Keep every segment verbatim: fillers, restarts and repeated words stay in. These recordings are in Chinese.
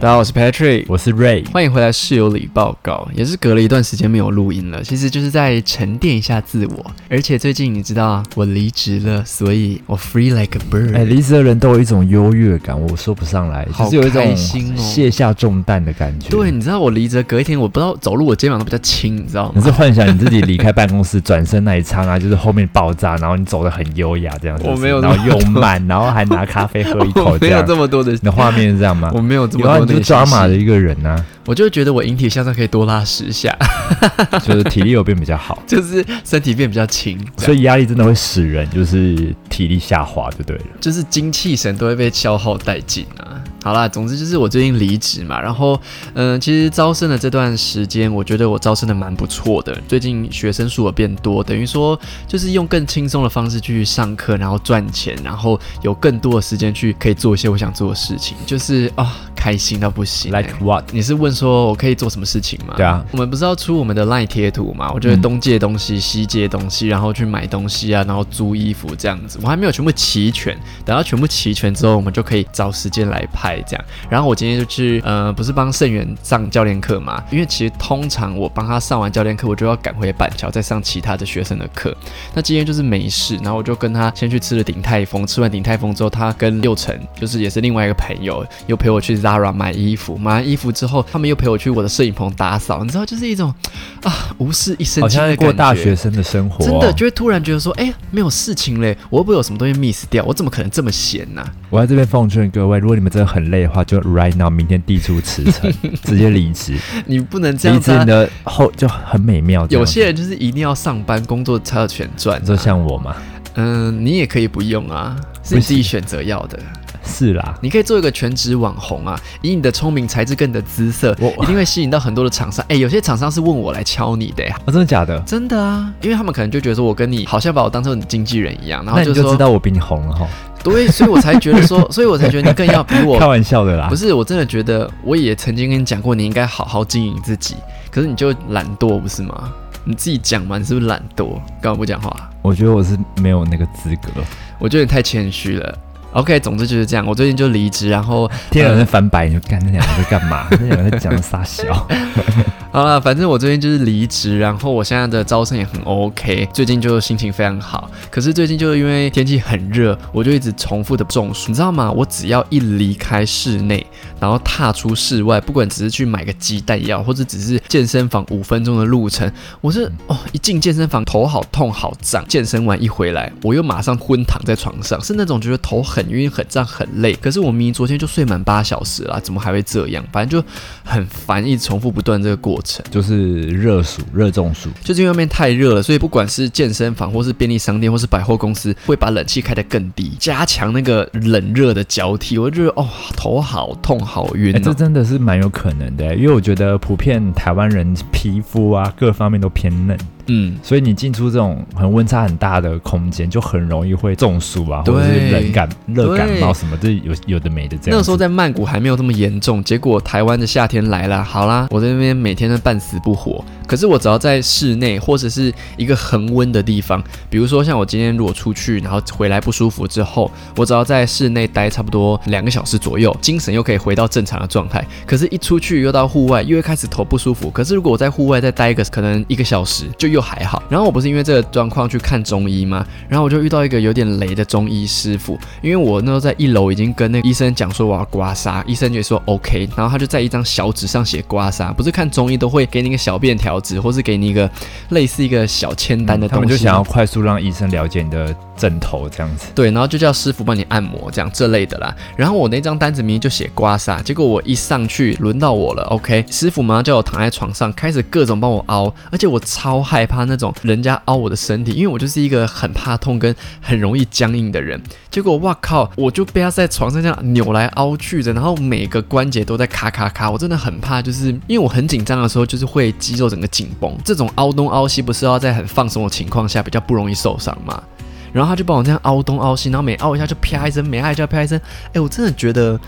大家好，我是 Patrick， 我是 Ray， 欢迎回来室友里报告。也是隔了一段时间没有录音了，其实就是在沉淀一下自我。而且最近你知道我离职了，所以我 free like a bird。 哎，离职的人都有一种优越感，我说不上来， 好就是有一种开心哦， 卸下重担的感觉。 对，你知道我离职隔一天，我不知道走路我肩膀都比较轻，你知道吗？ 你是幻想你自己离开办公室转身那一刹那，就是后面爆炸，然后你走得很优雅这样子， 我没有， 然后又慢，然后还拿咖啡喝一口， 我没有这么多的， 你的画面是这样吗？ 我没有这么多的， 你就是抓马的一个人啊。 我就觉得我引体向上可以多拉十下， 就是体力有变比较好， 就是身体变比较轻， 所以压力真的会使人就是体力下滑就对了， 就是精气神都会被消耗殆尽啊。好啦，总之就是我最近离职嘛，然后嗯、呃，其实招生的这段时间，我觉得我招生的蛮不错的，最近学生数有变多，等于说就是用更轻松的方式去上课，然后赚钱，然后有更多的时间去可以做一些我想做的事情，就是啊、哦，开心到不行。 Like what？ 你是问说我可以做什么事情吗？ 对啊， 我们不是要出我们的 LINE 贴图嘛？我就会东借东西、西借东西，然后去买东西啊，然后租衣服这样子。我还没有全部齐全，等到全部齐全之后，我们就可以找时间来拍这样。然后我今天就去呃，不是帮盛元上教练课嘛？因为其实通常我帮他上完教练课，我就要赶回板桥再上其他的学生的课。那今天就是没事，然后我就跟他先去吃了鼎泰丰，吃完鼎泰丰之后，他跟六成就是也是另外一个朋友，又陪我去 Zara 买衣服，买完衣服之后，他们又陪我去我的摄影棚打扫，你知道，就是一种啊无事一身轻的感觉，好像过大学生的生活、哦， 真的就会突然觉得说，哎、欸，没有事情嘞，我会不会有什么东西 miss 掉？我怎么可能这么闲呢、啊？ 我在这边奉劝各位，如果你们真的很累的话，就 right now 明天递出辞呈，直接离职。 你不能这样子、啊， 离职你的后就很美妙。 有些人就是一定要上班工作才有权赚、啊， 就像我嘛。 嗯，你也可以不用啊，是你自己选择要的。 是啦， 你可以做一个全职网红啊，以你的聪明才智跟你的姿色，一定会吸引到很多的厂商。哎、欸，有些厂商是问我来敲你的、欸哦，真的假的？ 真的啊，因为他们可能就觉得说我跟你好像把我当成你经纪人一样，然后就说那你就知道我比你红了哈。 对，所以我才觉得说，所以我才觉得你更要比我。 开玩笑的啦， 不是，我真的觉得我也曾经跟你讲过，你应该好好经营自己，可是你就懒惰，不是吗？你自己讲嘛，你是不是懒惰？干嘛不讲话？ 我觉得我是没有那个资格， 我觉得你太谦虚了。OK， 总之就是这样。我最近就离职，然后听有人在翻白，你就干那两个在干嘛？那两个在讲傻小。 好了，反正我最近就是离职，然后我现在的招生也很 OK， 最近就心情非常好。可是最近就因为天气很热，我就一直重复的中暑，你知道吗？我只要一离开室内，然后踏出室外，不管只是去买个鸡蛋药，或者只是健身房五分钟的路程，我是哦一进健身房头好痛好胀，健身完一回来，我又马上昏躺在床上，是那种觉得头很晕很胀很累。可是我明明昨天就睡满八小时啦，怎么还会这样？反正就很烦，一直重复不断这个过程。 就是热暑热中暑， 就是因为外面太热了，所以不管是健身房或是便利商店或是百货公司，会把冷气开得更低，加强那个冷热的交替。我就觉得哦，头好痛好晕、哦欸、这真的是蛮有可能的，因为我觉得普遍台湾人皮肤啊各方面都偏嫩。嗯，所以你进出这种很温差很大的空间，就很容易会中暑啊，或者是冷感、热感冒什么，这有有的没的这样。 那个时候在曼谷还没有这么严重，结果台湾的夏天来了，好啦，我在那边每天都半死不活。可是我只要在室内或者是一个恒温的地方，比如说像我今天如果出去，然后回来不舒服之后，我只要在室内待差不多两个小时左右，精神又可以回到正常的状态。可是，一出去又到户外，又会开始头不舒服。可是如果我在户外再待一个可能一个小时，就又还好。然后我不是因为这个状况去看中医吗？然后我就遇到一个有点雷的中医师傅，因为我那时候在一楼已经跟那个医生讲说我要刮痧，医生就说 OK， 然后他就在一张小纸上写刮痧。不是看中医都会给你一个小便条纸，或是给你一个类似一个小签单的东西、嗯，他们就想要快速让医生了解你的症头这样子。 对，然后就叫师傅帮你按摩这样这类的啦。然后我那张单子明明就写刮痧，结果我一上去轮到我了 ，OK， 师傅马上叫我躺在床上，开始各种帮我凹，而且我超害怕那种人家凹我的身体，因为我就是一个很怕痛跟很容易僵硬的人。结果哇靠，我就被他在床上这样扭来凹去的，然后每个关节都在咔咔咔，我真的很怕，就是因为我很紧张的时候，就是会肌肉整个紧绷，这种凹东凹西不是要在很放松的情况下比较不容易受伤吗？然后他就帮我这样凹东凹西，然后每凹一下就啪一声，每凹一下啪一声，哎，我真的觉得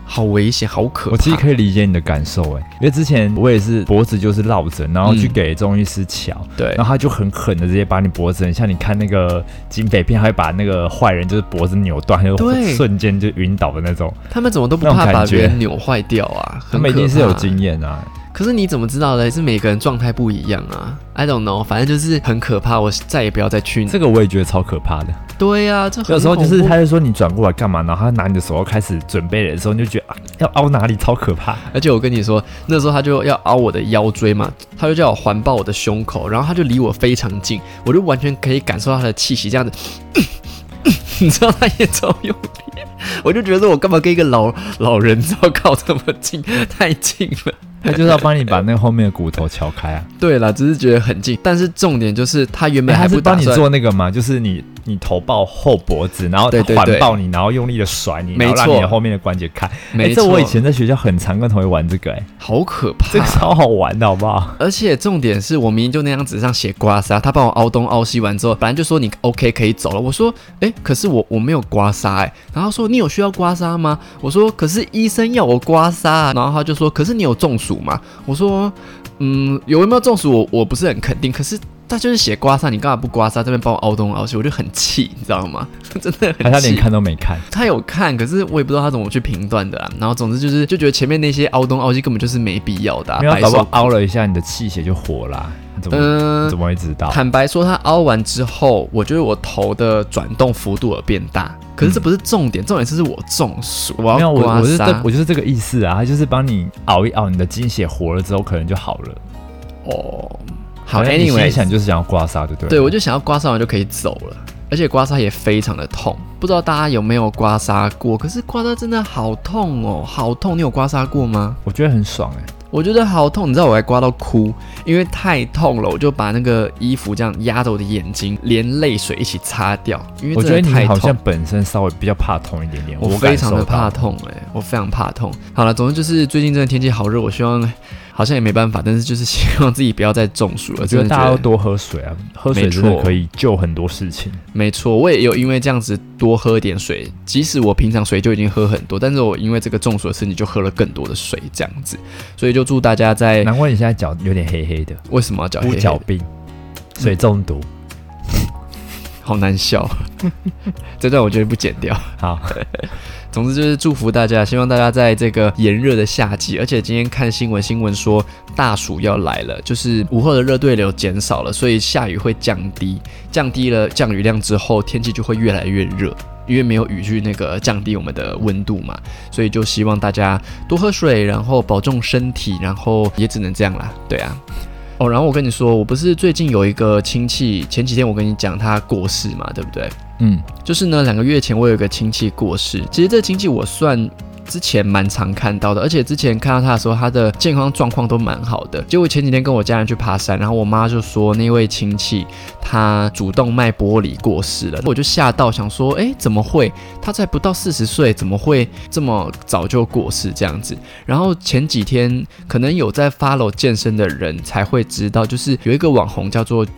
好危险，好可怕。 我其实可以理解你的感受哎，因为之前我也是脖子就是落枕，然后去给中医师瞧，嗯、 对， 然后他就很狠的直接把你脖子，像你看那个警匪片，还会把那个坏人就是脖子扭断，就瞬间就晕倒的那种。 他们怎么都不怕把别人扭坏掉啊？ 他们一定是有经验啊。 可是你怎么知道呢？是每个人状态不一样啊 ，I don't know， 反正就是很可怕，我再也不要再去。 这个我也觉得超可怕的。 对呀、啊，这有时候就是他就说你转过来干嘛，然后他拿你的手要开始准备的时候，你就觉得、啊、要凹哪里，超可怕。 而且我跟你说，那时候他就要凹我的腰椎嘛，他就叫我环抱我的胸口，然后他就离我非常近，我就完全可以感受到他的气息，这样子，你知道他也超用力，我就觉得我干嘛跟一个老老人知道靠这么近，太近了。 他就是要帮你把那个后面的骨头敲开啊。 对啦，只是觉得很近，但是重点就是他原本还不打算、 欸、他是帮你做那个嘛，就是你你头抱后脖子，然后环抱你，然后用力的甩你，然后让你的后面的关节开。没错、欸，这我以前在学校很常跟同学玩这个、欸， 好可怕， 这个超好玩的好不好？ 而且重点是我明明就那张纸上写刮痧，他帮我凹东凹西完之后，本来就说你 OK 可以走了，我说哎、欸，可是我我没有刮痧哎、欸，然后说你有需要刮痧吗？我说可是医生要我刮痧、啊，然后他就说可是你有中暑吗？我说。嗯，有没有中暑我我不是很肯定，可是他就是写刮痧，你干嘛不刮痧？这边帮我凹东凹西，我就很气，你知道吗？真的很气。 他连看都没看， 他有看，可是我也不知道他怎么去评断的啊。然后总之就是就觉得前面那些凹东凹西根本就是没必要的、啊， 没有，搞不好凹了一下你的气血就活啦、啊。怎么、呃、怎么会知道？ 坦白说，他凹完之后，我觉得我头的转动幅度有变大，可是这不是重点，嗯、重点是我中暑，我要刮痧。 我我是这我就是这个意思啊，他就是帮你熬一熬，你的经血活了之后，可能就好了。哦， 好 ，anyway， 你想就是想要刮痧，对不对？ 对，我就想要刮痧完就可以走了，而且刮痧也非常的痛，不知道大家有没有刮痧过？可是刮痧真的好痛哦，好痛！你有刮痧过吗？ 我觉得很爽哎、欸。 我觉得好痛，你知道我还刮到哭，因为太痛了，我就把那个衣服这样压着我的眼睛，连泪水一起擦掉。因为真的太痛。 我觉得你好像本身稍微比较怕痛一点点， 我非常的怕痛哎、欸，我非常怕痛。好了，总之就是最近真的天气好热，我希望好像也没办法，但是就是希望自己不要再中暑了。 我觉得大家要多喝水啊，喝水真的可以救很多事情。 没错，我也有因为这样子多喝点水，即使我平常水就已经喝很多，但是我因为这个中暑的事情就喝了更多的水，这样子，所以就祝大家在。 难怪你现在脚有点黑黑的， 为什么要脚黑黑的？ 乌脚病，水中毒， 好难笑。这段我觉得不剪掉。 好。 总之就是祝福大家，希望大家在这个炎热的夏季，而且今天看新闻，新闻说大暑要来了，就是午后的热对流减少了，所以下雨会降低，降低了降雨量之后，天气就会越来越热，因为没有雨去那个降低我们的温度嘛，所以就希望大家多喝水，然后保重身体，然后也只能这样啦，对啊。哦，然后我跟你说，我不是最近有一个亲戚，前几天我跟你讲他过世嘛，对不对？嗯，就是呢，两个月前我有一个亲戚过世，其实这个亲戚我算之前蛮常看到的，而且之前看到他的时候，他的健康状况都蛮好的。结果前几天跟我家人去爬山，然后我妈就说那位亲戚他主动脉剥离过世了，我就吓到想说，哎，怎么会？他才不到四十岁，怎么会这么早就过世这样子？然后前几天可能有在 follow 健身的人才会知道，就是有一个网红叫做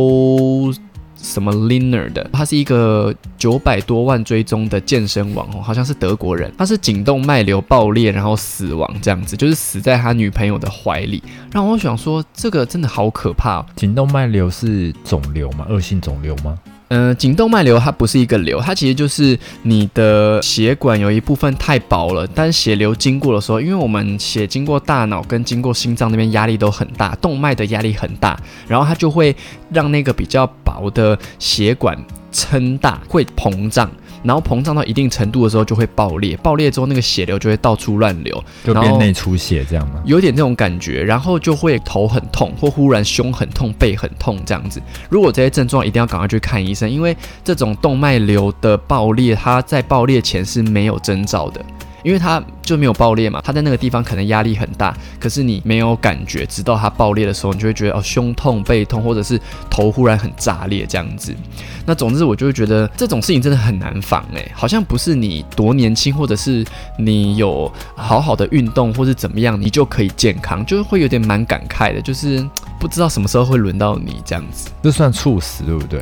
Joe。什么 Liner 的，他是一个九百多万追踪的健身网红，好像是德国人。他是颈动脉瘤爆裂，然后死亡这样子，就是死在他女朋友的怀里。让我想说，这个真的好可怕哦。 颈动脉瘤是肿瘤吗？恶性肿瘤吗？ 呃，颈动脉瘤它不是一个瘤，它其实就是你的血管有一部分太薄了，但血流经过的时候，因为我们血经过大脑跟经过心脏那边压力都很大，动脉的压力很大，然后它就会让那个比较薄的血管撑大，会膨胀，然后膨胀到一定程度的时候就会爆裂，爆裂之后那个血流就会到处乱流， 就变内出血这样吗？ 有点那种感觉，然后就会头很痛，或忽然胸很痛、背很痛这样子。如果这些症状一定要赶快去看医生，因为这种动脉瘤的爆裂，它在爆裂前是没有征兆的。因为它就没有爆裂嘛，它在那个地方可能压力很大，可是你没有感觉，直到它爆裂的时候，你就会觉得哦胸痛、背痛，或者是头忽然很炸裂这样子。那总之我就会觉得这种事情真的很难防哎、欸，好像不是你多年轻，或者是你有好好的运动或是怎么样，你就可以健康，就会有点蛮感慨的，就是不知道什么时候会轮到你这样子。 这算猝死对不对？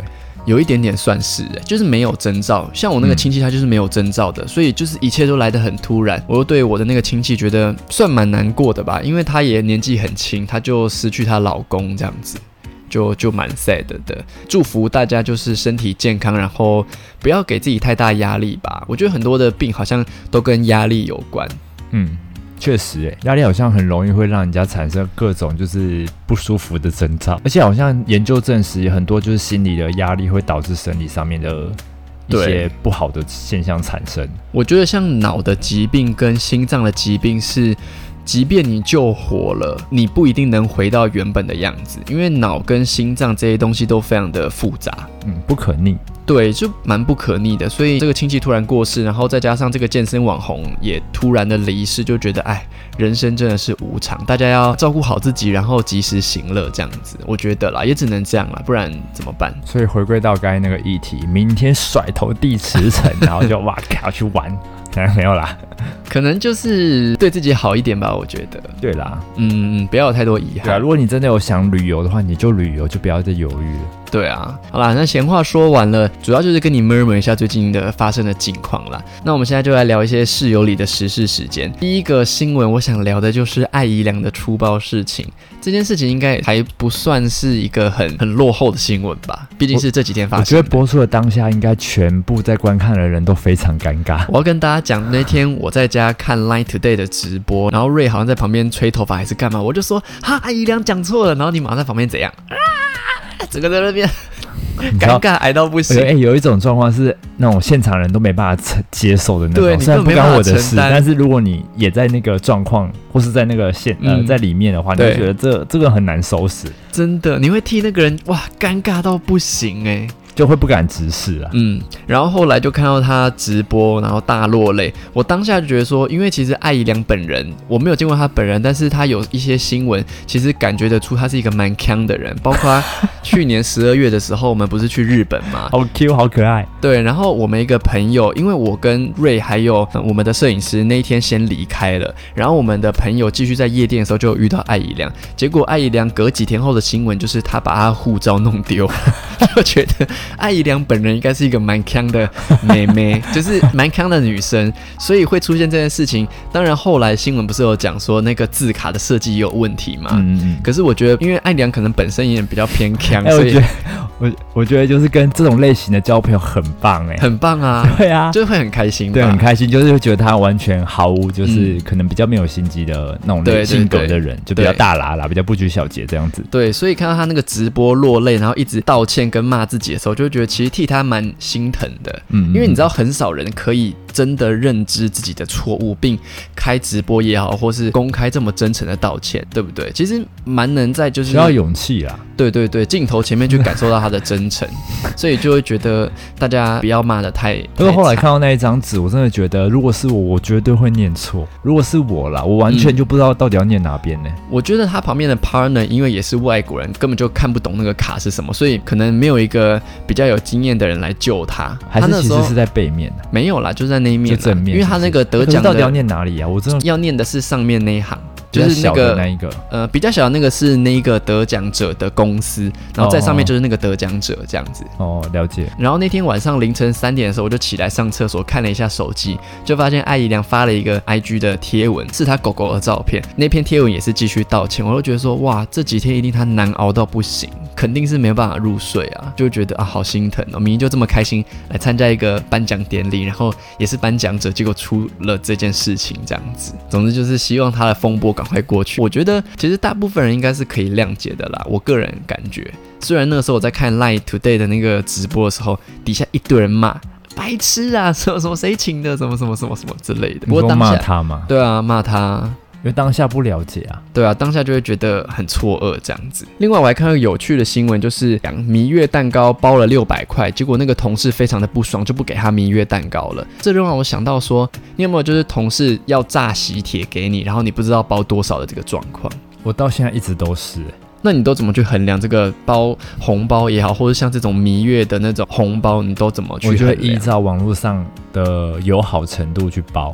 有一点点算是、欸，就是没有征兆。像我那个亲戚，他就是没有征兆的，嗯、所以就是一切都来得很突然。我又对我的那个亲戚觉得算蛮难过的吧，因为她也年纪很轻，她就失去她老公这样子，就就蛮 sad 的。祝福大家就是身体健康，然后不要给自己太大压力吧。我觉得很多的病好像都跟压力有关。 嗯。确实，哎，压力好像很容易会让人家产生各种就是不舒服的征兆，而且好像研究证实，很多就是心理的压力会导致生理上面的一些不好的现象产生。 我觉得像脑的疾病跟心脏的疾病是，即便你救活了，你不一定能回到原本的样子，因为脑跟心脏这些东西都非常的复杂， 嗯，不可逆。 对，就蛮不可逆的，所以这个亲戚突然过世，然后再加上这个健身网红也突然的离世，就觉得哎，人生真的是无常，大家要照顾好自己，然后及时行乐，这样子，我觉得啦，也只能这样啦，不然怎么办？ 所以回归到刚才那个议题，明天甩头地驰骋，然后就哇靠去玩，没有啦， 可能就是对自己好一点吧，我觉得。 对啦， 嗯，不要有太多遗憾。 对啊，如果你真的有想旅游的话，你就旅游，就不要再犹豫了。 对啊，好啦，那闲话说完了，主要就是跟你 murmur 一下最近的发生的近况啦。那我们现在就来聊一些室友里的时事时间。第一个新闻我想聊的就是艾怡良的出包事情。这件事情应该还不算是一个很很落后的新闻吧，毕竟是这几天发生的。 我觉得播出的当下，应该全部在观看的人都非常尴尬。 我要跟大家讲，那天我在家看 Line Today 的直播，然后瑞好像在旁边吹头发还是干嘛，我就说哈，艾怡良讲错了，然后你马上在旁边怎样啊？整个在那边尴尬挨到不行。 哎、欸，有一种状况是那种现场人都没办法接受的那种， 对， 虽然不干我的事，但是如果你也在那个状况，或是在那个现、嗯、呃在里面的话，你会觉得这这个很难收拾。 真的，你会替那个人哇尴尬到不行哎、欸。 就会不敢直视啊。 嗯，然后后来就看到他直播，然后大落泪。我当下就觉得说，因为其实艾怡良本人我没有见过他本人，但是他有一些新闻，其实感觉得出他是一个蛮强的人。包括去年十二月的时候，我们不是去日本吗？ 好 Q， 好可爱。 对，然后我们一个朋友，因为我跟瑞还有我们的摄影师那一天先离开了，然后我们的朋友继续在夜店的时候就有遇到艾怡良，结果艾怡良隔几天后的新闻就是他把他护照弄丢，就觉得艾怡良本人应该是一个蛮强的妹妹，就是蛮强的女生，所以会出现这件事情。当然后来新闻不是有讲说那个字卡的设计也有问题嘛？嗯嗯。可是我觉得，因为艾怡良可能本身也比较偏强，欸、所以我觉得我我觉得就是跟这种类型的交朋友很棒哎、欸， 很棒啊！ 对啊， 就会很开心， 对，很开心，就是会觉得他完全毫无就是可能比较没有心机的那种类性格的人，就比较大喇喇，比较不拘小节这样子。 对，所以看到他那个直播落泪，然后一直道歉跟骂自己的时候，就会觉得其实替他蛮心疼的。嗯，因为你知道很少人可以真的认知自己的错误，并开直播也好，或是公开这么真诚的道歉，对不对？其实蛮能在就是需要勇气啦。 对对对，镜头前面去感受到他的真诚，所以就会觉得大家不要骂得太。 不过后来看到那一张纸，我真的觉得，如果是我，我绝对会念错。如果是我啦，我完全就不知道到底要念哪边呢、欸嗯。 我觉得他旁边的 partner 因为也是外国人，根本就看不懂那个卡是什么，所以可能没有一个比较有经验的人来救他。 还是其实是在背面、啊、 没有啦，就在那一面， 就正面， 因为他那个得奖的到底要念哪里啊？我真的要念的是上面那一行。 就是那个那一个， 呃，比较小的那个是那一个得奖者的公司，然后在上面就是那个得奖者这样子。 哦，了解。 然后那天晚上凌晨三点的时候，我就起来上厕所看了一下手机，就发现艾怡良发了一个 I G 的贴文，是他狗狗的照片。那篇贴文也是继续道歉，我就觉得说，哇，这几天一定他难熬到不行，肯定是没有办法入睡啊，就觉得啊，好心疼哦，明明就这么开心来参加一个颁奖典礼，然后也是颁奖者，结果出了这件事情这样子。总之就是希望他的风波赶快过去。我觉得其实大部分人应该是可以谅解的啦，我个人感觉。虽然那个时候我在看 Line Today 的那个直播的时候，底下一堆人骂白痴啊，什么什么谁请的，什么什么什么什么之类的。 不过当下骂他吗？ 对啊，骂他。 因为当下不了解啊， 对啊，当下就会觉得很错愕这样子。另外我还看到有趣的新闻，就是蜜月蛋糕包了六百块，结果那个同事非常的不爽，就不给他蜜月蛋糕了。这就让我想到说，你有没有就是同事要炸喜帖给你，然后你不知道包多少的这个状况？ 我到现在一直都是、欸。 那你都怎么去衡量这个包红包也好，或者像这种蜜月的那种红包，你都怎么去衡量？ 我就会依照网络上的友好程度去包。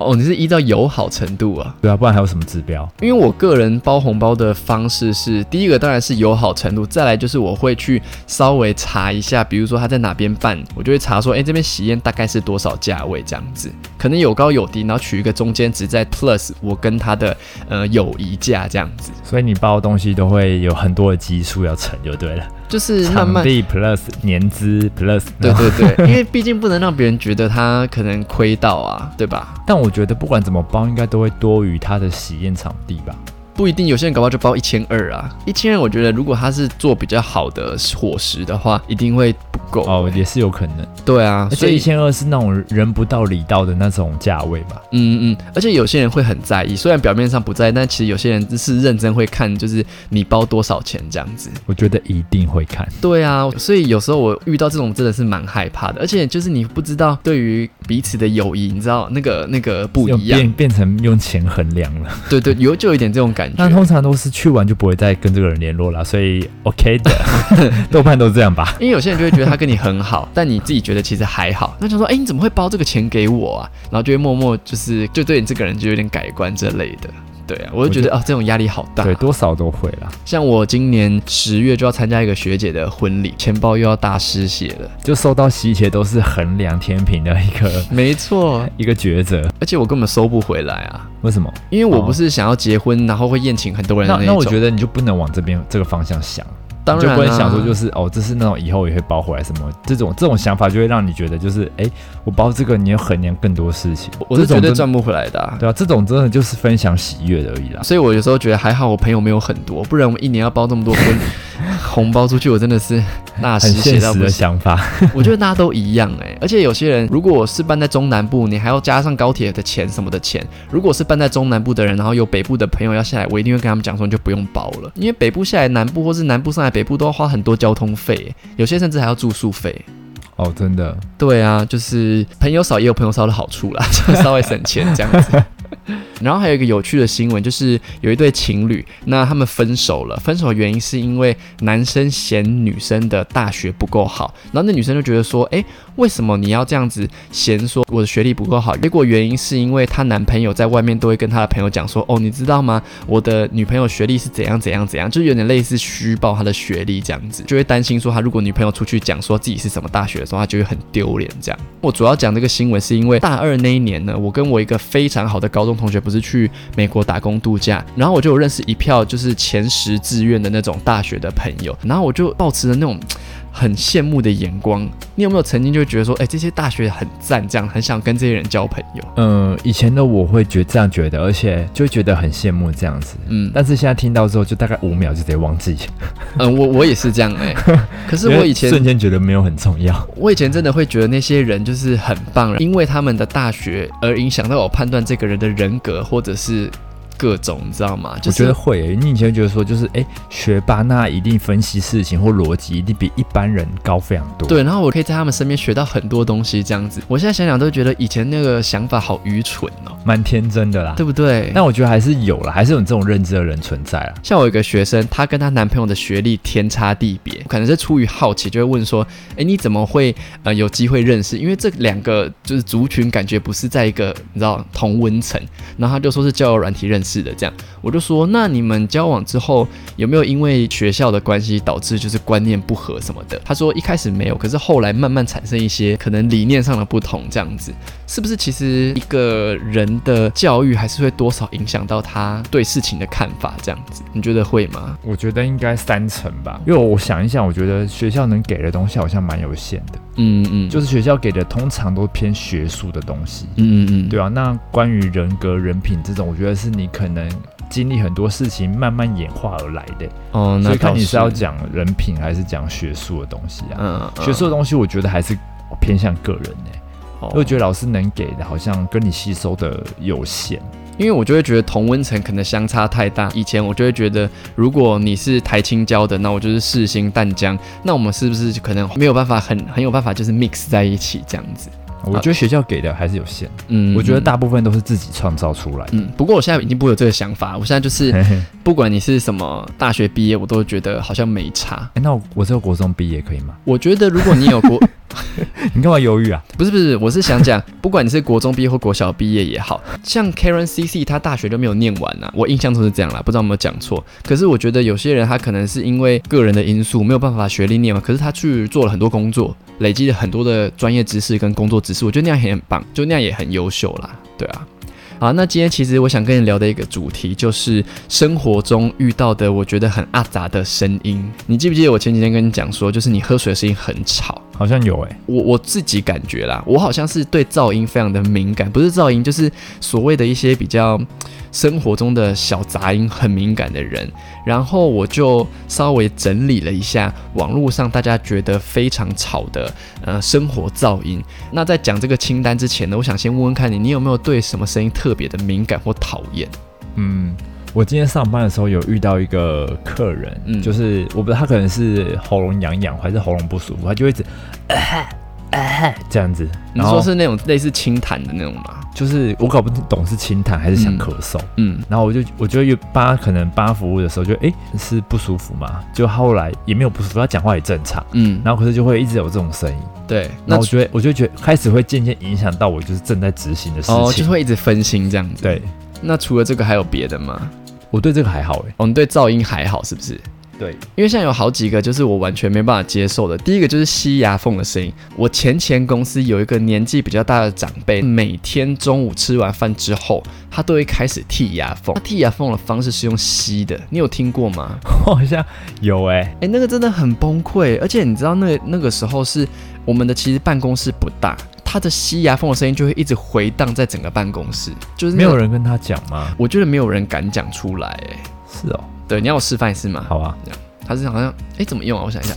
哦，你是依照友好程度啊？ 对啊，不然还有什么指标？ 因为我个人包红包的方式是，第一个当然是友好程度，再来就是我会去稍微查一下，比如说他在哪边办，我就会查说，哎，这边喜宴大概是多少价位这样子，可能有高有低，然后取一个中间值在 plus 我跟他的呃友谊价这样子。 所以你包的东西都会有很多的基数要乘就对了。 就是慢慢场地 plus 年资 plus， 对对对，因为毕竟不能让别人觉得他可能亏到啊，对吧？ 但我觉得不管怎么包，应该都会多于他的喜宴场地吧。 不一定，有些人搞不好就包一千二啊，一千二，我觉得如果他是做比较好的伙食的话，一定会不够哦，也是有可能。 对啊， 而且一千二是那种人不到礼到的那种价位吧。 嗯嗯，而且有些人会很在意，虽然表面上不在意，但其实有些人是认真会看，就是你包多少钱这样子。 我觉得一定会看。 对啊，所以有时候我遇到这种真的是蛮害怕的，而且就是你不知道对于彼此的友谊，你知道那个那个不一样， 变变成用钱衡量了。 对对，有就有一点这种感觉。 那通常都是去完就不会再跟这个人联络了，所以 OK 的，多半都这样吧。 因为有些人就会觉得他跟你很好，但你自己觉得其实还好，那就说，哎，你怎么会包这个钱给我啊？然后就会默默就是就对你这个人就有点改观这类的。对啊，我就觉得啊，这种压力好大。 对，多少都会啦。 像我今年十月就要参加一个学姐的婚礼，钱包又要大失血了， 就收到喜帖都是衡量天平的一个， 没错， 一个抉择。 而且我根本收不回来啊。 为什么？ 因为我不是想要结婚，然后会宴请很多人的那种。 那那我觉得你就不能往这边这个方向想。 当然、啊、 你就不能想说就是哦，这是那种以后也会包回来什么这种这种想法，就会让你觉得就是哎，我包这个你要衡量更多事情， 我是绝对赚不回来的、啊。 对啊，这种真的就是分享喜悦而已啦。 所以我有时候觉得还好，我朋友没有很多，不然我一年要包这么多婚红包出去，我真的是大失血到不行。很现实的想法， 我觉得大家都一样哎、欸，而且有些人如果是办在中南部，你还要加上高铁的钱什么的钱；如果是办在中南部的人，然后有北部的朋友要下来，我一定会跟他们讲说，你就不用包了，因为北部下来南部，或是南部上来北部都要花很多交通费、欸，有些甚至还要住宿费。 哦，真的。 对啊，就是朋友少也有朋友少的好处啦，就稍微省钱这样子。然后还有一个有趣的新闻，就是有一对情侣，那他们分手了。分手的原因是因为男生嫌女生的大学不够好，然后那女生就觉得说，哎，为什么你要这样子嫌说我的学历不够好？结果原因是因为她男朋友在外面都会跟她的朋友讲说，哦，你知道吗？我的女朋友学历是怎样怎样怎样，就是有点类似虚报她的学历这样子，就会担心说，她如果女朋友出去讲说自己是什么大学的时候，她就会很丢脸这样。我主要讲这个新闻是因为大二那一年呢，我跟我一个非常好的高中同学不是去美国打工度假，然后我就有认识一票就是前十志愿的那种大学的朋友，然后我就抱持着那种很羡慕的眼光。你有没有曾经就觉得说，哎、欸，这些大学很赞，这样很想跟这些人交朋友？ 嗯，以前的我会觉这样觉得，而且就觉得很羡慕这样子。嗯，但是现在听到之后，就大概五秒就直接忘记。 嗯，我我也是这样哎、欸，可是我以前瞬间觉得没有很重要。 我以前真的会觉得那些人就是很棒，因为他们的大学而影响到我判断这个人的人格或者是各种，你知道吗？就是、 我觉得会、欸，你以前会觉得说，就是哎、欸，学霸那一定分析事情或逻辑一定比一般人高非常多。 对，然后我可以在他们身边学到很多东西，这样子。我现在想想都觉得以前那个想法好愚蠢哦， 蛮天真的啦， 对不对？ 但我觉得还是有啦，还是有这种认知的人存在啦。 像我有一个学生，她跟她男朋友的学历天差地别，可能是出于好奇，就会问说，哎，你怎么会呃有机会认识？因为这两个就是族群感觉不是在一个你知道同温层，然后他就说是交友软体认识的这样。我就说，那你们交往之后有没有因为学校的关系导致就是观念不合什么的？他说一开始没有，可是后来慢慢产生一些可能理念上的不同，这样子是不是？其实一个人的教育还是会多少影响到他对事情的看法，这样子，你觉得会吗？ 我觉得应该三成吧，因为我想一想，我觉得学校能给的东西好像蛮有限的。嗯嗯，就是学校给的通常都偏学术的东西。嗯嗯，对啊。那关于人格、人品这种，我觉得是你可能经历很多事情慢慢演化而来的。哦，那所以看你是要讲人品还是讲学术的东西啊？嗯, 嗯，学术的东西我觉得还是偏向个人欸。哦，因为我觉得老师能给的好像跟你吸收的有限。 因为我就会觉得同温层可能相差太大。以前我就会觉得，如果你是台清交的，那我就是世新淡江，那我们是不是可能没有办法很很有办法就是 mix 在一起这样子？ 我觉得学校给的还是有限，嗯，我觉得大部分都是自己创造出来的。 嗯，不过我现在已经不会有这个想法，我现在就是不管你是什么大学毕业，我都觉得好像没差。 欸，那我我只有国中毕业可以吗？ 我觉得如果你有国你干嘛犹豫啊？ 不是不是，我是想讲，不管你是国中毕业或国小毕业也好，像 Karen C C 他大学就没有念完啊，我印象中是这样啦，不知道有没有讲错。可是我觉得有些人他可能是因为个人的因素没有办法学历念完，可是他去做了很多工作，累积了很多的专业知识跟工作知识，我觉得那样也很棒，就那样也很优秀啦，对啊。好，那今天其实我想跟你聊的一个主题就是生活中遇到的我觉得很阿杂的声音。你记不记得我前几天跟你讲说，就是你喝水的声音很吵？ 好像有诶、欸， 我我自己感觉啦，我好像是对噪音非常的敏感，不是噪音，就是所谓的一些比较生活中的小杂音很敏感的人。然后我就稍微整理了一下网络上大家觉得非常吵的呃生活噪音。那在讲这个清单之前呢，我想先问问看你，你有没有对什么声音特别的敏感或讨厌？ 嗯。我今天上班的时候有遇到一个客人，嗯、就是我不知道他可能是喉咙痒痒还是喉咙不舒服，他就一直、呃呃、这样子。 你说是那种类似清痰的那种吗？ 就是我搞不懂是清痰还是想咳嗽，嗯，然后我就我就帮他可能帮他服务的时候就哎、欸、是不舒服嘛，就后来也没有不舒服，他讲话也正常，嗯，然后可是就会一直有这种声音， 对， 那我觉得我就觉得开始会渐渐影响到我就是正在执行的事情， 哦，就会一直分心这样子， 对。 那除了这个还有别的吗？ 我对这个还好哎、欸， 哦，你对噪音还好是不是？ 对， 因为现在有好几个就是我完全没办法接受的。第一个就是吸牙缝的声音。我前前公司有一个年纪比较大的长辈，每天中午吃完饭之后，他都会开始剔牙缝。他剔牙缝的方式是用吸的，你有听过吗？ 我好像有哎、欸，哎、 欸，那个真的很崩溃。而且你知道那个那个时候是我们的其实办公室不大。他的吸牙缝的声音就会一直回荡在整个办公室，就是没有人跟他讲吗？ 我觉得没有人敢讲出来、欸， 是哦， 对，你要我示范一次吗？ 好啊， 他是好像，哎、欸，怎么用啊？我想一下，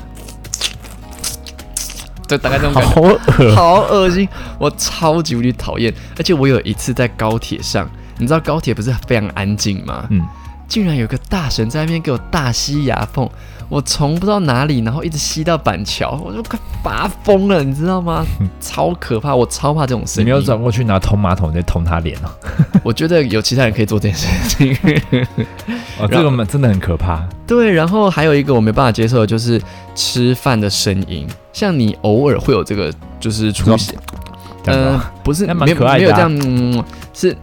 就大概这种感觉， 好恶， 好恶心，我超级无敌讨厌。而且我有一次在高铁上，你知道高铁不是非常安静吗？嗯，竟然有个大神在那边给我大吸牙缝。我从不知道哪里，然后一直吸到板桥，我就快发疯了，你知道吗？超可怕，我超怕这种声音。 你没有转过去拿通马桶再通他脸哦？ 我觉得有其他人可以做这件事情。 哦，这个真的很可怕。 对，然后还有一个我没办法接受的就是吃饭的声音，像你偶尔会有这个就是出现，嗯、呃，不是， 蛮可爱的、啊， 没有这样，嗯、是。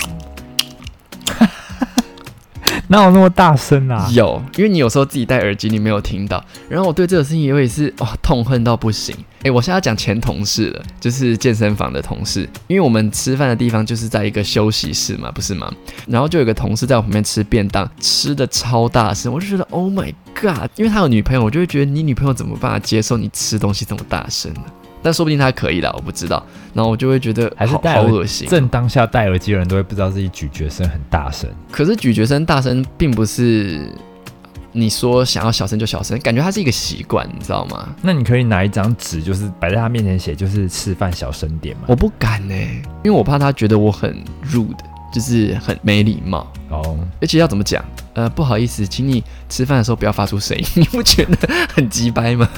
哪有那么大声啊？ 有，因为你有时候自己戴耳机，你没有听到。然后我对这个事情也是哦痛恨到不行。哎，我现在要讲前同事了，就是健身房的同事，因为我们吃饭的地方就是在一个休息室嘛，不是吗？然后就有个同事在我旁边吃便当，吃的超大声，我就觉得 Oh my God， 因为他有女朋友，我就会觉得你女朋友怎么办法接受你吃东西这么大声呢？但说不定他可以啦，我不知道。然后我就会觉得还是好恶心。 正当下戴耳机的人都会不知道自己咀嚼声很大声。 可是咀嚼声大声并不是你说想要小声就小声，感觉它是一个习惯，你知道吗？ 那你可以拿一张纸，就是摆在他面前写，就是吃饭小声点嘛。 我不敢呢、欸，因为我怕他觉得我很 rude， 就是很没礼貌。哦，而且要怎么讲？呃，不好意思，请你吃饭的时候不要发出声音，你不觉得很鸡掰吗？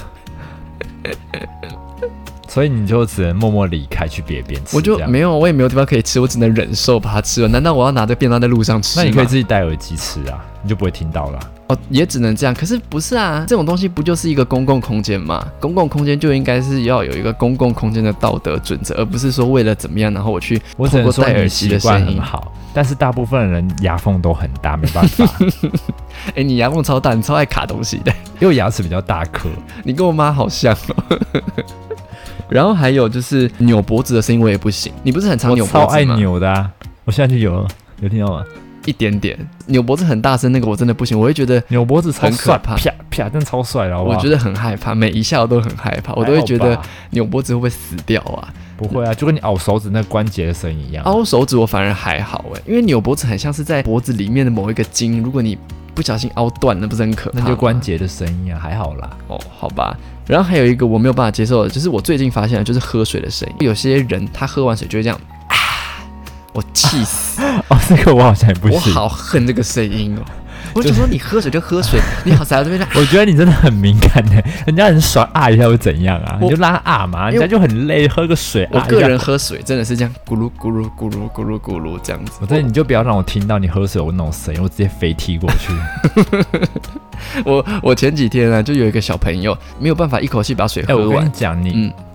所以你就只能默默离开去别边吃， 我就没有，我也没有地方可以吃，我只能忍受把它吃完。难道我要拿着便当在路上吃吗？ 那你可以自己戴耳机吃啊，你就不会听到了、啊。 哦，也只能这样。可是不是啊，这种东西不就是一个公共空间吗？公共空间就应该是要有一个公共空间的道德准则，而不是说为了怎么样，然后我去我只能说你习惯很好，但是大部分人牙缝都很大，没办法。 哎、欸，你牙缝超大，你超爱卡东西的， 因为我牙齿比较大颗。 你跟我妈好像哦。然后还有就是扭脖子的声音我也不行，你不是很常扭脖子吗？ 我超爱扭的啊！我现在就有了，有听到吗？ 一点点，扭脖子很大声那个我真的不行，我会觉得扭脖子超帅， 很可怕， 啪啪，真的超帅了，好不好？ 我觉得很害怕，每一下我都很害怕，我都会觉得扭脖子会不会死掉啊？ 不会啊，就跟你拗手指那关节的声音一样。 拗手指我反而还好哎，因为扭脖子很像是在脖子里面的某一个筋，如果你不小心凹断，那不是很可怕吗？ 那就关节的声音啊，还好啦。 哦，好吧。然后还有一个我没有办法接受的，就是我最近发现的，就是喝水的声音。有些人他喝完水就会这样啊，我气死！ 哦，这个我好像也不行， 我好恨这个声音哦。我就说你喝水就喝水，你好才在这边。 我觉得你真的很敏感的，人家很爽啊一下会怎样啊？你就让他啊嘛，人家就很累，喝个水啊。 我个人喝水真的是这样咕噜咕噜咕噜咕噜咕噜这样子。 我真的你就不要让我听到你喝水我那种声音，我直接飞踢过去。 我我前几天呢、啊，就有一个小朋友没有办法一口气把水喝完。 欸、我跟你讲，你、嗯、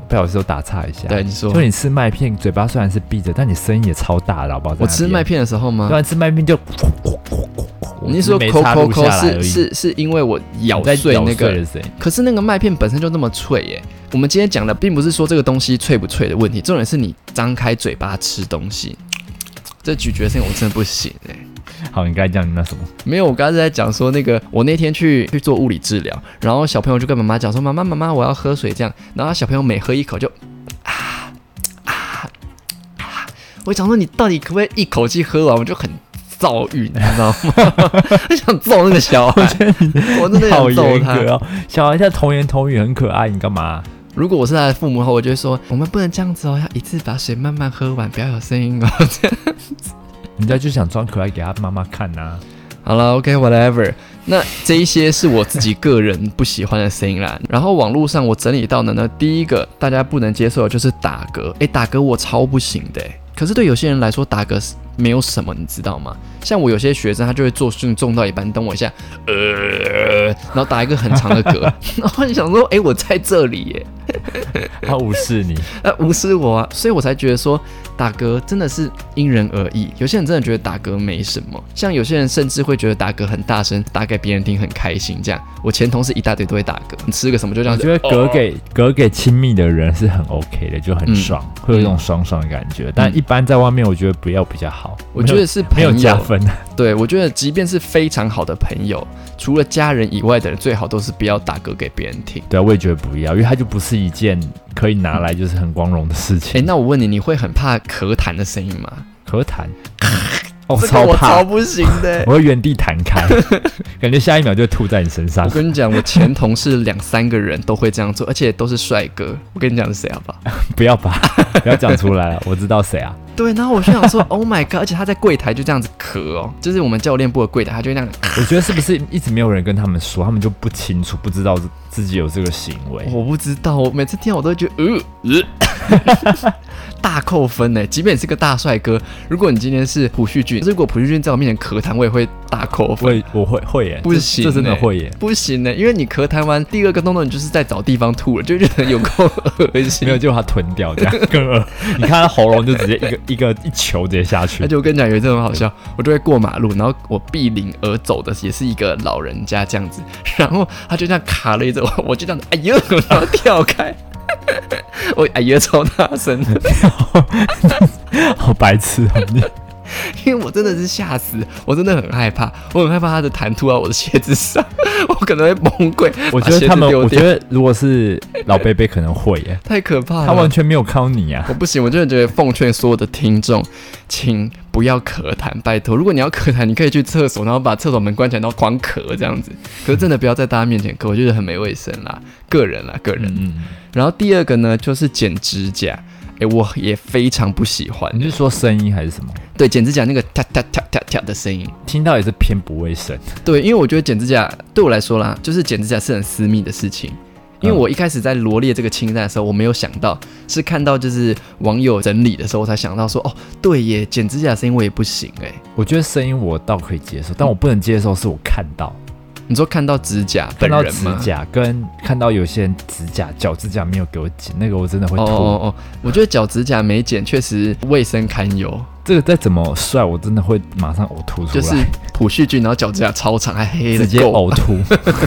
不好意思，我打岔一下。 对，你说， 就你吃麦片，嘴巴虽然是闭着，但你声音也超大的，好不好？ 我吃麦片的时候吗？ 对，吃麦片就， 你是说抠抠抠是是是因为我咬碎那个，可是那个麦片本身就那么脆耶。我们今天讲的并不是说这个东西脆不脆的问题，重点是你张开嘴巴吃东西，这咀嚼声我真的不行哎。 好，你刚才讲那什么？ 没有，我刚才在讲说那个，我那天去去做物理治疗，然后小朋友就跟妈妈讲说，妈妈妈妈，我要喝水这样，然后小朋友每喝一口就啊啊啊，我想说你到底可不可以一口气喝完？我就很躁郁，你知道吗？我想揍那个小孩，我真的想揍他。哦、 小孩现在童言童语很可爱，你干嘛？ 如果我是他的父母的话，我就会说，我们不能这样子哦，要一次把水慢慢喝完，不要有声音哦，这样子。 人家就想装可爱给他妈妈看啊。 好了 ，OK whatever。那这一些是我自己个人不喜欢的声音啦。然后网络上我整理到的呢，第一个大家不能接受的就是打嗝。哎，打嗝我超不行的。可是对有些人来说，打嗝没有什么，你知道吗？像我有些学生，他就会做训重到一半，等我一下，呃，然后打一个很长的嗝，然后你想说，哎，我在这里耶。 他无视你， 呃，无视我啊，所以我才觉得说打嗝真的是因人而异。有些人真的觉得打嗝没什么，像有些人甚至会觉得打嗝很大声，打给别人听很开心。这样，我前同事一大堆都会打嗝，你吃个什么就这样子。 我觉得嗝给嗝、哦、给亲密的人是很 OK 的，就很爽，嗯、会有一种爽爽的感觉。嗯、但一般在外面，我觉得不要比较好。 我觉得是朋友没有加分。 对，我觉得即便是非常好的朋友，除了家人以外的人，最好都是不要打嗝给别人听。 对啊，我也觉得不要，因为它就不是一件可以拿来就是很光荣的事情。 哎、欸，那我问你，你会很怕咳痰的声音吗？ 咳痰？哦， 这个我超不行的， 我会原地弹开，感觉下一秒就会吐在你身上。 我跟你讲，我前同事两三个人都会这样做，而且都是帅哥。我跟你讲是谁好不好？ 不要吧，不要讲出来了，我知道谁啊。 对，然后我就想说 ，Oh my god！ 而且他在柜台就这样子咳哦，就是我们教练部的柜台，他就会那样。 我觉得是不是一直没有人跟他们说，他们就不清楚，不知道自己有这个行为？ 我不知道，我每次听到我都会觉得，呃呃，大扣分呢。即便你是个大帅哥，如果你今天是朴叙俊，如果朴叙俊在我面前咳痰，我也会大扣分。 我我会会耶， 不行， 这真的会耶， 不行呢，因为你咳痰完第二个动作，你就是在找地方吐了，就觉得有够恶心。 没有，就把它吞掉，这样更恶。你看他喉咙就直接一个一个一球直接下去。 而且我跟你讲，有一次很好笑，我就会过马路，然后我避邻而走的也是一个老人家这样子，然后他就这样卡了一着我，我就这样子，哎呦，然后跳开。我哎呀，超大声的， 好白痴哦！你， 因为我真的是吓死，我真的很害怕，我很害怕他的痰吐到我的鞋子上，我可能会崩溃。 我觉得他们，我觉得如果是老贝贝可能会耶， 太可怕了， 他完全没有靠你啊！ 我不行，我真的觉得奉劝所有的听众，请不要咳痰，拜托。如果你要咳痰，你可以去厕所，然后把厕所门关起来，然后狂咳这样子。可是真的不要在大家面前咳，我觉得很没卫生啦，个人啦，个人。嗯嗯，然后第二个呢，就是剪指甲。哎，我也非常不喜欢。 你是说声音还是什么？ 对，剪指甲那个哒哒哒哒哒的声音， 听到也是偏不卫生。 对，因为我觉得剪指甲对我来说啦，就是剪指甲是很私密的事情。因为我一开始在罗列这个清单的时候，我没有想到，是看到就是网友整理的时候，我才想到说，哦，对耶，剪指甲的声音我也不行哎。 我觉得声音我倒可以接受，但我不能接受是我看到。 你说看到指甲本人吗？ 看到指甲跟看到有些人指甲脚指甲没有给我剪，那个我真的会吐。哦哦哦， 我觉得脚指甲没剪确实卫生堪忧。 这个再怎么帅，我真的会马上呕吐出来。 就是朴叙俊，然后脚指甲超长，还黑黑的， 直接呕吐。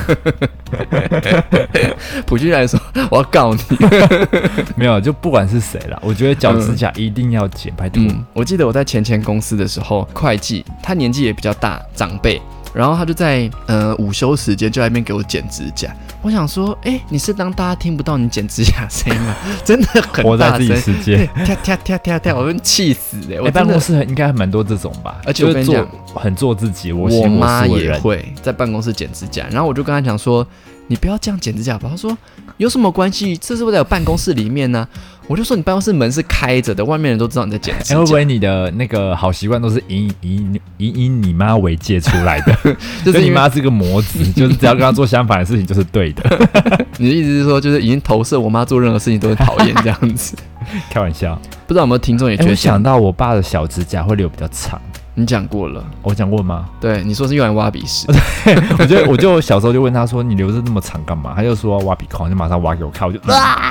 朴叙俊来说，我要告你。 没有，就不管是谁啦，我觉得脚指甲一定要剪，拜托。 嗯，我记得我在前前公司的时候，会计他年纪也比较大，长辈。然后他就在呃午休时间就在那边给我剪指甲，我想说，哎，你是当大家听不到你剪指甲声音吗？真的很大声， 活在自己世界， 跳跳跳跳跳，我真气死哎！我办公室应该蛮多这种吧， 而且我跟你讲， 很做自己，我我妈也会在办公室剪指甲，然后我就跟她讲说，你不要这样剪指甲吧。她说有什么关系？这是不是在办公室里面呢、啊？我就说你办公室门是开着的，外面人都知道你在剪指甲。 会不会你的那个好习惯都是以以以以你妈为戒出来的？就是你妈是个魔子，就是只要跟她做相反的事情就是对的。 你的意思是说，就是已经投射我妈做任何事情都很讨厌这样子？ 开玩笑， 不知道有没有听众也觉得、欸？ 我想到我爸的小指甲会留比较长。 你讲过了， 我讲过吗？ 对，你说是用来挖鼻屎。 我就我就小时候就问他说：“你留着那么长干嘛？”他就说挖鼻孔，就马上挖给我看，我就啊！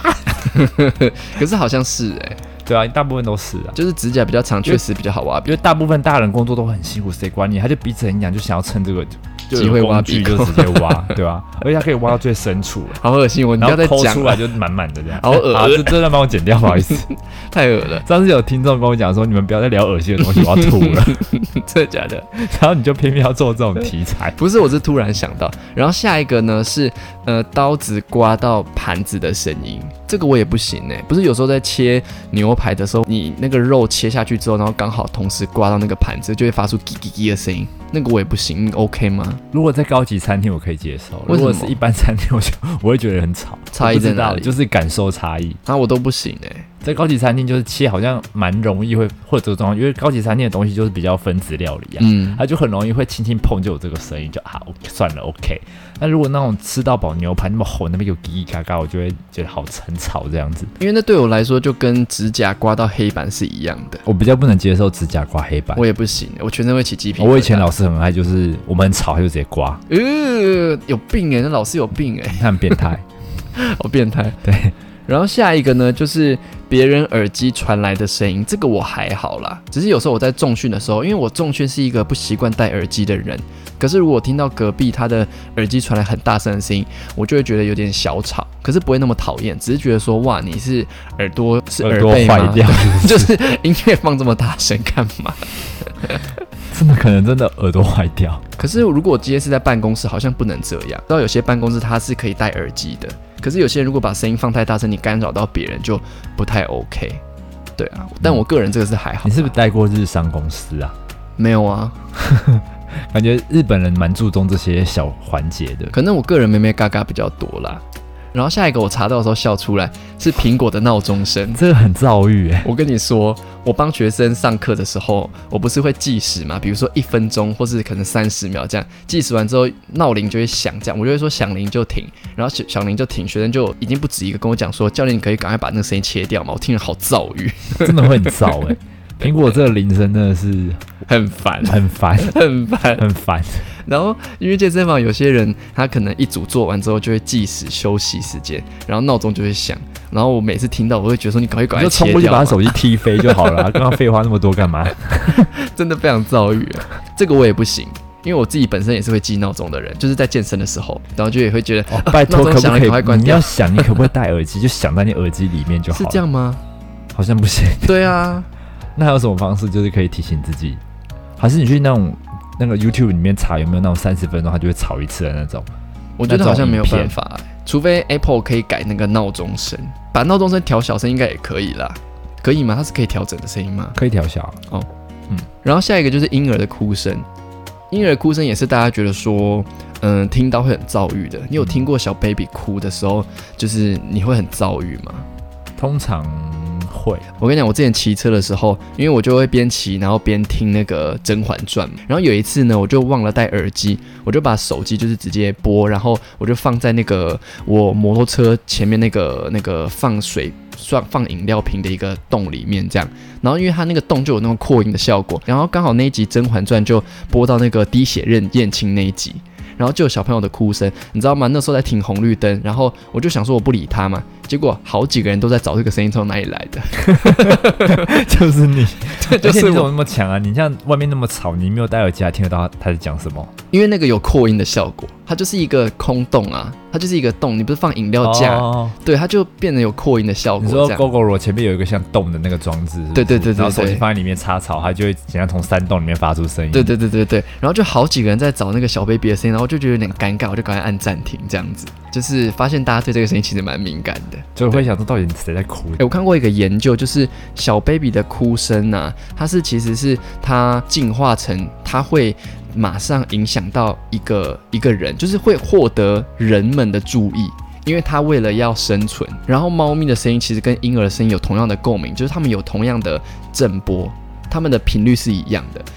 可是好像是哎、欸。 对啊，大部分都是啊， 就是指甲比较长，确实比较好挖鼻， 因为大部分大人工作都很辛苦，谁管你？他就鼻子很痒，就想要趁这个机会挖鼻孔，就直接挖，对吧、啊？而且他可以挖到最深处， 好恶心！我你不要再讲了， 抠出来就满满的这样， 好恶啊！这这段帮我剪掉，不好意思， 太恶了。 上次有听众跟我讲说，你们不要再聊恶心的东西，我要吐了， 真的假的？ 然后你就偏偏要做这种题材， 不是，我是突然想到。然后下一个呢是呃刀子刮到盘子的声音，这个我也不行哎、欸。不是有时候在切牛排的时候，你那个肉切下去之后，然后刚好同时刮到那个盘子，就会发出叽叽叽的声音，那个我也不行，你 OK 吗？ 如果在高级餐厅我可以接受，如果是一般餐厅我就我会觉得很吵。 差异在哪里？ 就是感受差异。 那、啊、我都不行哎、欸。 在高级餐厅就是切好像蛮容易会或者这个状况，因为高级餐厅的东西就是比较分子料理啊，嗯，它就很容易会轻轻碰就有这个声音，就啊算了 OK。那如果那种吃到饱牛排那么厚，那边有叽叽嘎嘎，我就会觉得好很吵这样子。 因为那对我来说就跟指甲刮到黑板是一样的。 我比较不能接受指甲刮黑板， 我也不行，我全身会起鸡皮疙瘩。 我以前老师很爱，就是我们很吵，他就直接刮。 呃，有病哎、欸，那老师有病哎、欸， 他很变态， 好变态。 对。 然后下一个呢，就是别人耳机传来的声音，这个我还好啦，只是有时候我在重训的时候，因为我重训是一个不习惯戴耳机的人，可是如果我听到隔壁他的耳机传来很大声的声音，我就会觉得有点小吵，可是不会那么讨厌，只是觉得说哇，你是耳朵是耳背吗？ 耳朵坏掉就是音乐放这么大声干嘛？ 真的可能真的耳朵坏掉。 可是如果我今天是在办公室，好像不能这样。知道有些办公室它是可以戴耳机的，可是有些人如果把声音放太大声，你干扰到别人就不太 OK。对啊，但我个人这个是还好。 你是不是待过日商公司啊？ 没有啊。 感觉日本人蛮注重这些小环节的。 可能我个人妹妹嘎嘎比较多啦。然后下一个我查到的时候笑出来，是苹果的闹钟声， 这个很躁郁哎。 我跟你说，我帮学生上课的时候，我不是会计时嘛，比如说一分钟或是可能三十秒这样，计时完之后闹铃就会响，这样我就会说响铃就停，然后响铃就停，学生就已经不止一个跟我讲说，教练你可以赶快把那个声音切掉嘛，我听了好躁郁， 真的会很躁哎。苹果这个铃声真的是很烦， 很烦， 很烦， 很烦。 然后因为健身房有些人他可能一组做完之后就会计时休息时间，然后闹钟就会响，然后我每次听到我会觉得说你赶快赶快切掉， 就冲过去把他手机踢飞就好了、啊，刚刚废话那么多干嘛？ 真的非常躁郁、啊，这个我也不行。因为我自己本身也是会记闹钟的人，就是在健身的时候，然后就也会觉得， 哦、拜托可不可以？ 关掉你要想，你可不可以戴耳机？就想在你耳机里面就好了。 是这样吗？ 好像不行。 对啊， 那还有什么方式，就是可以提醒自己？还是你去那种那个 YouTube 里面查有没有那种三十分钟它就会吵一次的那种？ 我觉得好像没有办法、欸，除非 Apple 可以改那个闹钟声，把闹钟声调小声应该也可以啦。可以吗？它是可以调整的声音吗？ 可以调小哦。嗯，然后下一个就是婴儿的哭声。婴儿哭声也是大家觉得说，嗯，听到会很躁郁的。你有听过小 baby 哭的时候，就是你会很躁郁吗？ 通常会。 我跟你讲，我之前骑车的时候，因为我就会边骑，然后边听那个《甄嬛传》。然后有一次呢，我就忘了带耳机，我就把手机就是直接播，然后我就放在那个我摩托车前面那个那个放水。放放饮料瓶的一个洞里面，这样，然后因为它那个洞就有那种扩音的效果，然后刚好那一集《甄嬛传》就播到那个滴血认验亲那一集，然后就有小朋友的哭声，你知道吗？那时候在停红绿灯，然后我就想说我不理他嘛，结果好几个人都在找这个声音从哪里来的， 就是你， 对，就是我。而且你怎么那么强啊？你像外面那么吵，你没有戴耳机还听得到他在讲什么？因为那个有扩音的效果，它就是一个空洞啊，它就是一个洞，你不是放饮料架，哦、对，它就变得有扩音的效果。 你说 Gogoro 前面有一个像洞的那个装置是不是， 对对对 对, 对， 然后手机放在里面插槽，它就会尽量从山洞里面发出声音。 对对对对对，然后就好几个人在找那个小 baby 的声音，然后就觉得有点尴尬，我就赶快按暂停，这样子，就是发现大家对这个声音其实蛮敏感的， 就会想说到底谁在哭。 哎，我看过一个研究，就是小 baby 的哭声啊，它是其实是它进化成它会。马上影响到一个一个人，就是会获得人们的注意，因为他为了要生存。然后猫咪的声音其实跟婴儿的声音有同样的共鸣，就是他们有同样的振波，他们的频率是一样的，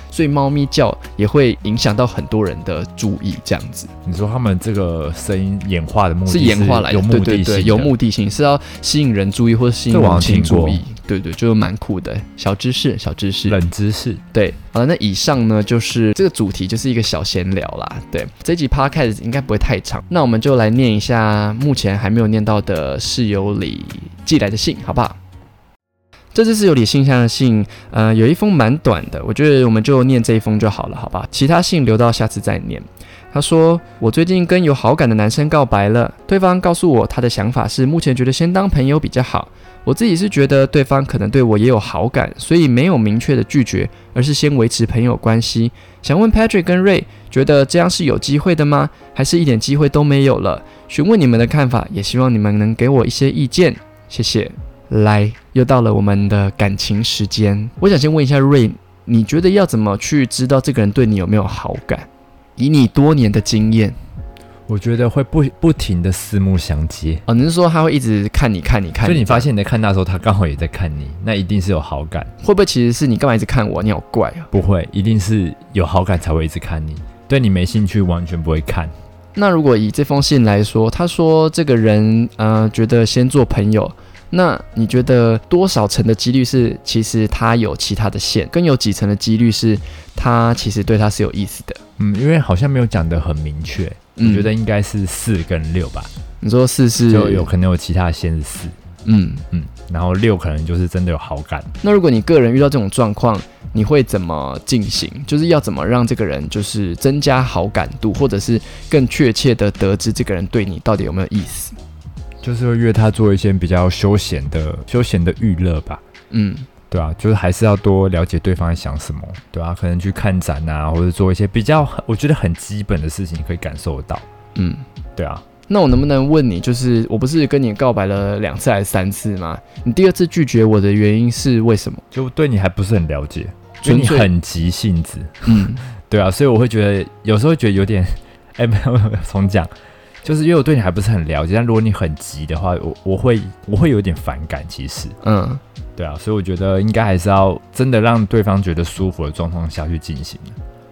所以猫咪叫也会影响到很多人的注意，这样子。 你说他们这个声音演化的目的是演化来的， 有目的性的， 对对对，有目的性是要吸引人注意或者吸引母亲注意，对对，就蛮酷的小知识，小知识， 冷知识。 对，好了，那以上呢就是这个主题，就是一个小闲聊啦。对，这一集 podcast 应该不会太长，那我们就来念一下目前还没有念到的室友里寄来的信，好不好？这次室友里信箱的信，呃，有一封蛮短的，我觉得我们就念这一封就好了，好吧？其他信留到下次再念。他说，我最近跟有好感的男生告白了，对方告诉我他的想法是目前觉得先当朋友比较好，我自己是觉得对方可能对我也有好感，所以没有明确的拒绝，而是先维持朋友关系。想问 Patrick 跟 Ray 觉得这样是有机会的吗？还是一点机会都没有了？询问你们的看法，也希望你们能给我一些意见，谢谢。来，又到了我们的感情时间，我想先问一下 Ray， 你觉得要怎么去知道这个人对你有没有好感？以你多年的经验， 我觉得会不不停的四目相接。 哦，你是说他会一直看你看你看你， 所以你发现你在看他的时候，他刚好也在看你，那一定是有好感。 会不会其实是你干嘛一直看我？你好怪啊！ 不会，一定是有好感才会一直看你，对你没兴趣完全不会看。 那如果以这封信来说，他说这个人呃觉得先做朋友，那你觉得多少成的几率是其实他有其他的线，跟有几成的几率是他其实对他是有意思的？ 嗯，因为好像没有讲得很明确，嗯、我觉得应该是四跟六吧。 你说四是就有可能有其他的线是四，嗯嗯，然后六可能就是真的有好感。 那如果你个人遇到这种状况，你会怎么进行？就是要怎么让这个人就是增加好感度，或者是更确切的得知这个人对你到底有没有意思？ 就是会约他做一些比较休闲的休闲的娱乐吧，嗯，对啊，就是还是要多了解对方在想什么，对啊，可能去看展啊，或者做一些比较我觉得很基本的事情可以感受到，嗯，对啊。 那我能不能问你，就是我不是跟你告白了两次还是三次吗？你第二次拒绝我的原因是为什么？ 就对你还不是很了解，因为你很急性子，嗯，对啊，所以我会觉得有时候会觉得有点，哎、欸，没有没有重讲。就是因为我对你还不是很了解，但如果你很急的话，我我会我会有点反感，其实，嗯，对啊，所以我觉得应该还是要真的让对方觉得舒服的状况下去进行。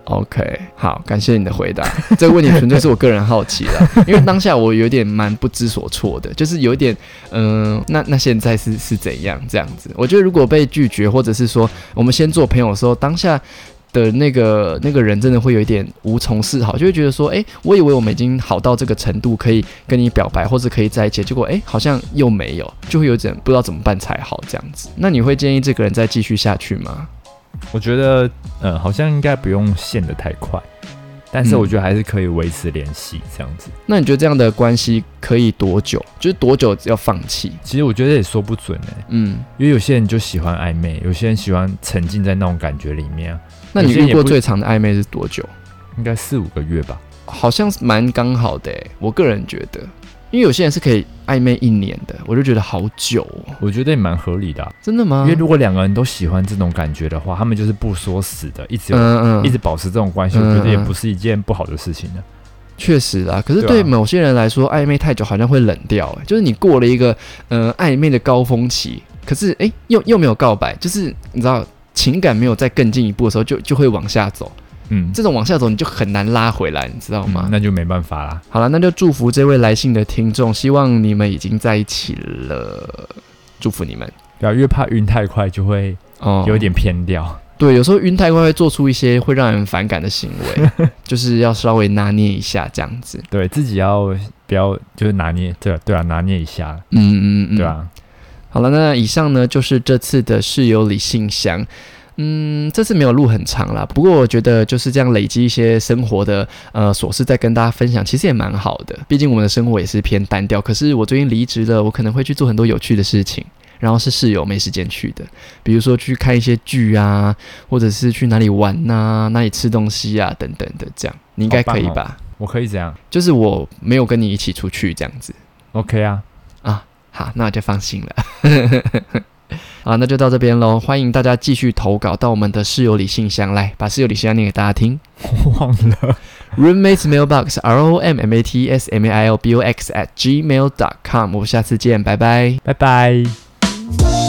OK， 好，感谢你的回答。这个问题纯粹是我个人好奇啦，因为当下我有点蛮不知所措的，就是有一点，嗯、呃，那那现在是是怎样这样子？我觉得如果被拒绝，或者是说我们先做朋友的时候，当下的那个那个人真的会有一点无从示好，就会觉得说，哎、欸，我以为我们已经好到这个程度，可以跟你表白或者可以在一起，结果哎、欸，好像又没有，就会有点不知道怎么办才好这样子。那你会建议这个人再继续下去吗？ 我觉得，呃，好像应该不用陷得太快，但是我觉得还是可以维持联系这样子、嗯。 那你觉得这样的关系可以多久？就是多久要放弃？ 其实我觉得也说不准哎、欸，嗯，因为有些人就喜欢暧昧，有些人喜欢沉浸在那种感觉里面啊。 那你遇过最长的暧昧是多久？ 应该四五个月吧， 好像是蛮刚好的欸，我个人觉得，因为有些人是可以暧昧一年的，我就觉得好久哦。 我觉得也蛮合理的、啊， 真的吗？ 因为如果两个人都喜欢这种感觉的话，他们就是不说死的，一直有、嗯嗯、一直保持这种关系、嗯嗯，我觉得也不是一件不好的事情呢。 确实啦，可是对某些人来说，暧昧太久好像会冷掉、欸，就是你过了一个呃暧昧的高峰期，可是哎、欸、又又没有告白，就是你知道。情感没有再更进一步的时候就，就就会往下走。嗯，这种往下走你就很难拉回来，你知道吗？ 嗯、那就没办法啦。 好了，那就祝福这位来信的听众，希望你们已经在一起了，祝福你们。 对啊，因为怕晕太快就会有点偏掉、哦。 对，有时候晕太快会做出一些会让人反感的行为，就是要稍微拿捏一下这样子。 对自己要不要就是拿捏，对对啊，拿捏一下。 嗯嗯嗯， 对啊。 好了，那以上呢就是这次的室友里信箱。嗯，这次没有录很长啦，不过我觉得就是这样累积一些生活的呃琐事，再跟大家分享，其实也蛮好的。毕竟我们的生活也是偏单调，可是我最近离职了，我可能会去做很多有趣的事情，然后是室友没时间去的，比如说去看一些剧啊，或者是去哪里玩啊，哪里吃东西啊等等的，这样你应该可以吧？ 哦、我可以这样， 就是我没有跟你一起出去这样子。 OK 啊， 啊，好，那我就放心了。好，那就到这边咯，欢迎大家继续投稿到我们的室友里信箱来，把室友里信箱念给大家听。 我忘了 roommates mailbox r o m m a t s m a i l b o x at gmail dot com， 我们下次见，拜拜， 拜拜。